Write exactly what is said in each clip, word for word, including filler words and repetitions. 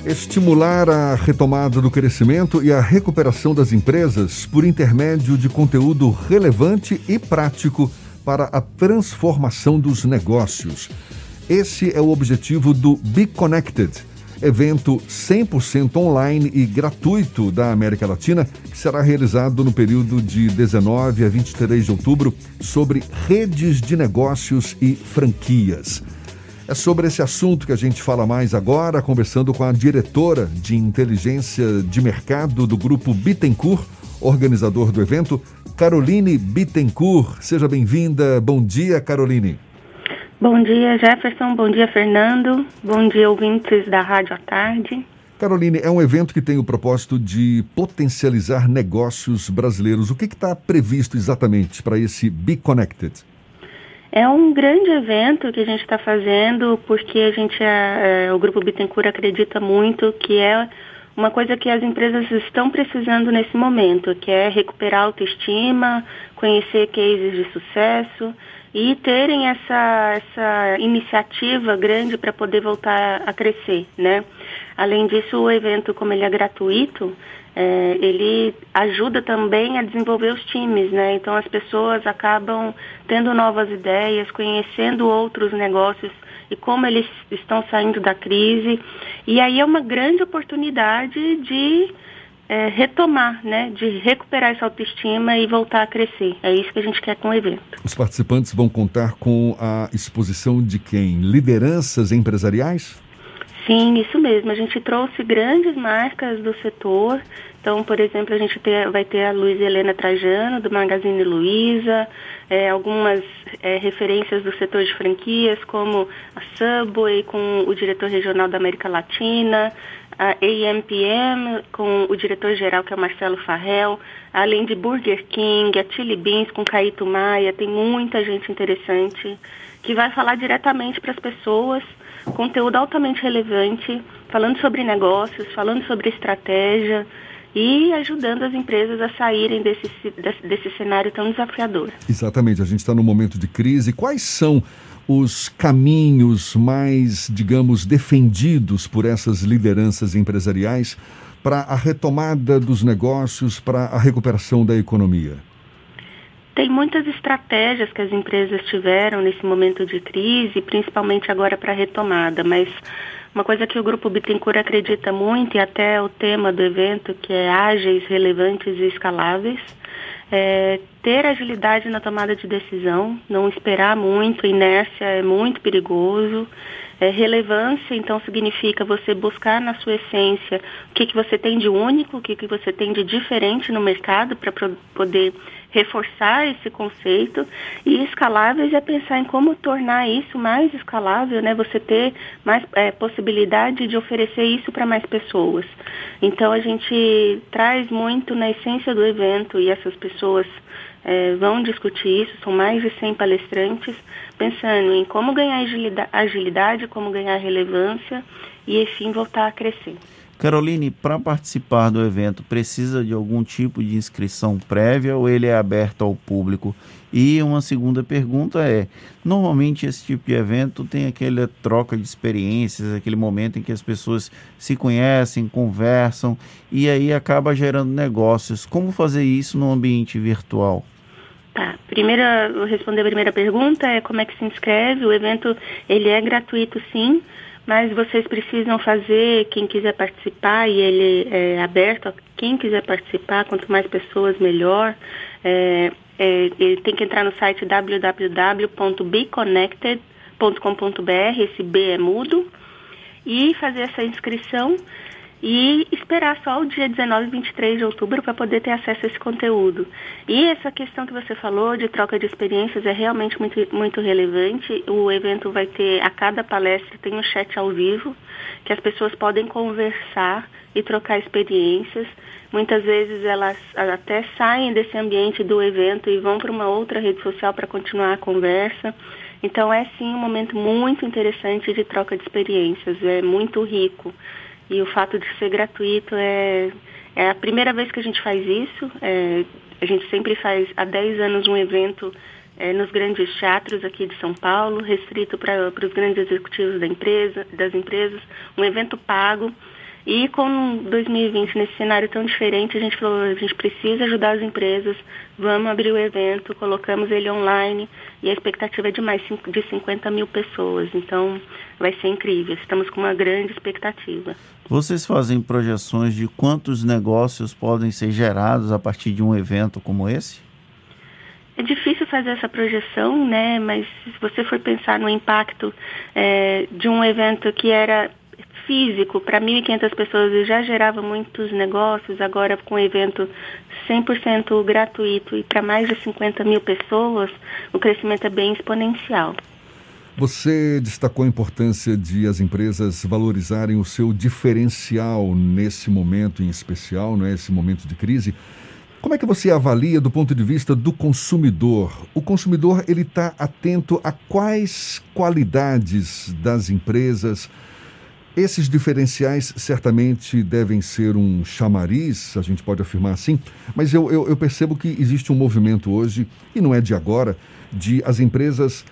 Estimular a retomada do crescimento e a recuperação das empresas por intermédio de conteúdo relevante e prático para a transformação dos negócios. Esse é o objetivo do Be Connected, evento cem por cento online e gratuito da América Latina, que será realizado no período de dezenove a vinte e três de outubro, sobre redes de negócios e franquias. É sobre esse assunto que a gente fala mais agora, conversando com a diretora de inteligência de mercado do Grupo Bittencourt, organizador do evento, Caroline Bittencourt. Seja bem-vinda. Bom dia, Caroline. Bom dia, Jefferson. Bom dia, Fernando. Bom dia, ouvintes da Rádio à Tarde. Caroline, é um evento que tem o propósito de potencializar negócios brasileiros. O que está previsto exatamente para esse Be Connected? É um grande evento que a gente está fazendo porque a gente, é, o Grupo Bittencourt acredita muito que é uma coisa que as empresas estão precisando nesse momento, que é recuperar a autoestima, conhecer cases de sucesso e terem essa, essa iniciativa grande para poder voltar a crescer, né? Além disso, o evento, como ele é gratuito, é, ele ajuda também a desenvolver os times, né? Então as pessoas acabam tendo novas ideias, conhecendo outros negócios e como eles estão saindo da crise. E aí é uma grande oportunidade de é, retomar, né? De recuperar essa autoestima e voltar a crescer. É isso que a gente quer com o evento. Os participantes vão contar com a exposição de quem? Lideranças empresariais? Sim, isso mesmo. A gente trouxe grandes marcas do setor. Então, por exemplo, a gente ter, vai ter a Luísa Helena Trajano, do Magazine Luiza, é, algumas é, referências do setor de franquias, como a Subway, com o diretor regional da América Latina, a A M P M, com o diretor-geral, que é o Marcelo Farrell, além de Burger King, a Chili Beans, com Caíto Maia. Tem muita gente interessante que vai falar diretamente para as pessoas, conteúdo altamente relevante, falando sobre negócios, falando sobre estratégia e ajudando as empresas a saírem desse, desse, desse cenário tão desafiador. Exatamente, a gente está num momento de crise. Quais são os caminhos mais, digamos, defendidos por essas lideranças empresariais para a retomada dos negócios, para a recuperação da economia? Tem muitas estratégias que as empresas tiveram nesse momento de crise, principalmente agora para a retomada, mas uma coisa que o Grupo Bittencourt acredita muito, e até o tema do evento, que é ágeis, relevantes e escaláveis, é ter agilidade na tomada de decisão, não esperar muito, inércia é muito perigoso. É, relevância, então, significa você buscar na sua essência o que, que você tem de único, o que, que você tem de diferente no mercado para pro- poder reforçar esse conceito. E escaláveis é pensar em como tornar isso mais escalável, né? Você ter mais é, possibilidade de oferecer isso para mais pessoas. Então, a gente traz muito na essência do evento e essas pessoas É, vão discutir isso, são mais de cem palestrantes, pensando em como ganhar agilidade, agilidade, como ganhar relevância e, enfim, voltar a crescer. Caroline, para participar do evento, precisa de algum tipo de inscrição prévia ou ele é aberto ao público? E uma segunda pergunta é, normalmente esse tipo de evento tem aquela troca de experiências, aquele momento em que as pessoas se conhecem, conversam e aí acaba gerando negócios. Como fazer isso no ambiente virtual? Tá, primeira, vou responder a primeira pergunta, é como é que se inscreve. O evento, ele é gratuito sim, mas vocês precisam fazer, quem quiser participar, e ele é aberto a quem quiser participar, quanto mais pessoas, melhor. É, é, ele tem que entrar no site w w w ponto be connected ponto com ponto b r, esse B é mudo, e fazer essa inscrição e esperar só o dia dezenove e vinte e três de outubro para poder ter acesso a esse conteúdo. E essa questão que você falou de troca de experiências é realmente muito, muito relevante. O evento vai ter, a cada palestra tem um chat ao vivo, que as pessoas podem conversar e trocar experiências. Muitas vezes elas até saem desse ambiente do evento e vão para uma outra rede social para continuar a conversa. Então é sim um momento muito interessante de troca de experiências, é muito rico. E o fato de ser gratuito é, é a primeira vez que a gente faz isso. É, a gente sempre faz há dez anos um evento é, nos grandes teatros aqui de São Paulo, restrito para os grandes executivos da empresa, das empresas, um evento pago. E com dois mil e vinte, nesse cenário tão diferente, a gente falou, a gente precisa ajudar as empresas, vamos abrir o evento, colocamos ele online e a expectativa é de mais de cinquenta mil pessoas. Então, vai ser incrível. Estamos com uma grande expectativa. Vocês fazem projeções de quantos negócios podem ser gerados a partir de um evento como esse? É difícil fazer essa projeção, né? Mas se você for pensar no impacto é, de um evento que era físico para mil e quinhentas pessoas e já gerava muitos negócios, agora com o evento cem por cento gratuito e para mais de cinquenta mil pessoas, o crescimento é bem exponencial. Você destacou a importância de as empresas valorizarem o seu diferencial nesse momento em especial, não é? Esse momento de crise. Como é que você avalia do ponto de vista do consumidor? O consumidor ele está atento a quais qualidades das empresas? Esses diferenciais certamente devem ser um chamariz, a gente pode afirmar assim, mas eu, eu, eu percebo que existe um movimento hoje, e não é de agora, de as empresas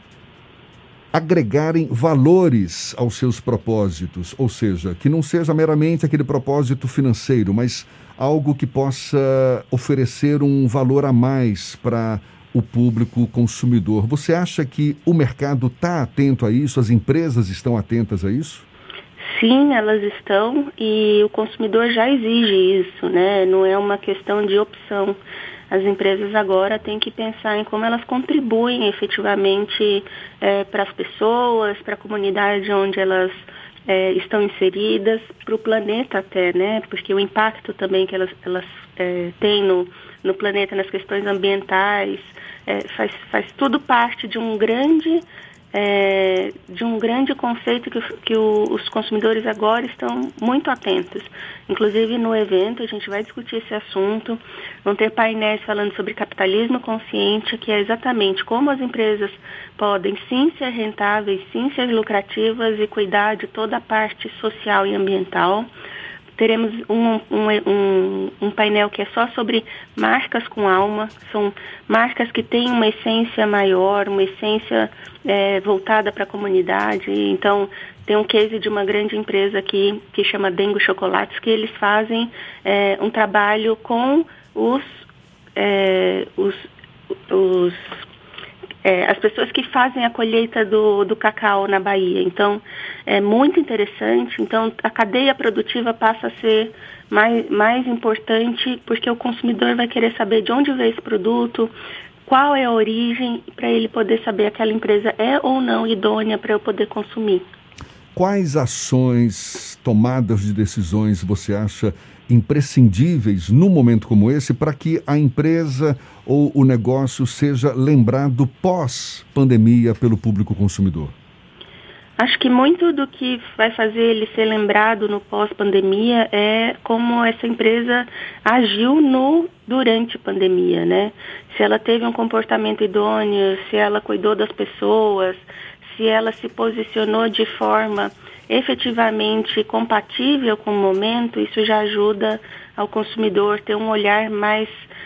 agregarem valores aos seus propósitos, ou seja, que não seja meramente aquele propósito financeiro, mas algo que possa oferecer um valor a mais para o público consumidor. Você acha que o mercado está atento a isso, as empresas estão atentas a isso? Sim, elas estão e o consumidor já exige isso, né? Não é uma questão de opção. As empresas agora têm que pensar em como elas contribuem efetivamente é, para as pessoas, para a comunidade onde elas é, estão inseridas, para o planeta até, né? Porque o impacto também que elas, elas é, têm no, no planeta, nas questões ambientais, é, faz, faz tudo parte de um grande... É, de um grande conceito que, que o, os consumidores agora estão muito atentos. Inclusive no evento a gente vai discutir esse assunto, vão ter painéis falando sobre capitalismo consciente, que é exatamente como as empresas podem sim ser rentáveis, sim ser lucrativas e cuidar de toda a parte social e ambiental. Teremos um, um, um, um painel que é só sobre marcas com alma, são marcas que têm uma essência maior, uma essência é, voltada para a comunidade. Então, tem um case de uma grande empresa aqui que chama Dengo Chocolates, que eles fazem é, um trabalho com os, é, os, os É, as pessoas que fazem a colheita do, do cacau na Bahia. Então, é muito interessante. Então, a cadeia produtiva passa a ser mais, mais importante porque o consumidor vai querer saber de onde veio esse produto, qual é a origem, para ele poder saber aquela empresa é ou não idônea para eu poder consumir. Quais ações, tomadas de decisões você acha imprescindíveis num momento como esse para que a empresa ou o negócio seja lembrado pós-pandemia pelo público consumidor? Acho que muito do que vai fazer ele ser lembrado no pós-pandemia é como essa empresa agiu no durante a pandemia, né? Se ela teve um comportamento idôneo, se ela cuidou das pessoas, se ela se posicionou de forma efetivamente compatível com o momento, isso já ajuda ao consumidor ter um olhar mais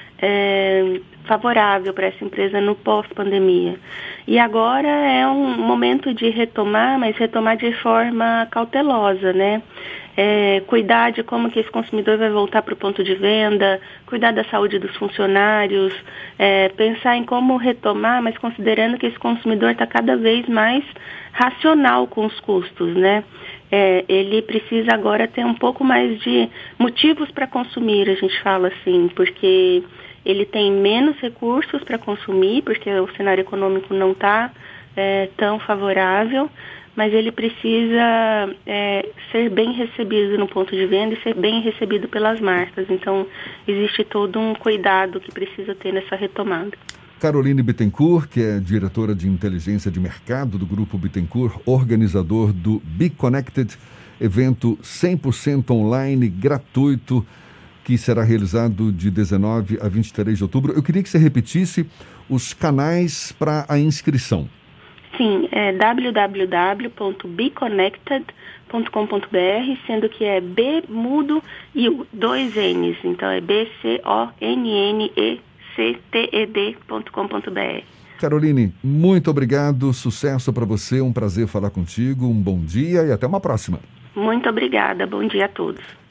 é, favorável para essa empresa no pós-pandemia. E agora é um momento de retomar, mas retomar de forma cautelosa, né? É, cuidar de como que esse consumidor vai voltar para o ponto de venda, cuidar da saúde dos funcionários, é, pensar em como retomar, mas considerando que esse consumidor está cada vez mais racional com os custos, né? É, ele precisa agora ter um pouco mais de motivos para consumir, a gente fala assim, porque ele tem menos recursos para consumir, porque o cenário econômico não está é, tão favorável, mas ele precisa é, ser bem recebido no ponto de venda e ser bem recebido pelas marcas. Então, existe todo um cuidado que precisa ter nessa retomada. Caroline Bittencourt, que é diretora de inteligência de mercado do Grupo Bittencourt, organizador do Be Connected, evento cem por cento online, gratuito, que será realizado de dezenove a vinte e três de outubro. Eu queria que você repetisse os canais para a inscrição. Sim, é w w w ponto be connected ponto com ponto b r, sendo que é B mudo e dois N's, então é B C O N N E C T E D ponto com ponto b r. Caroline, muito obrigado, sucesso para você, um prazer falar contigo, um bom dia e até uma próxima. Muito obrigada. Bom dia a todos.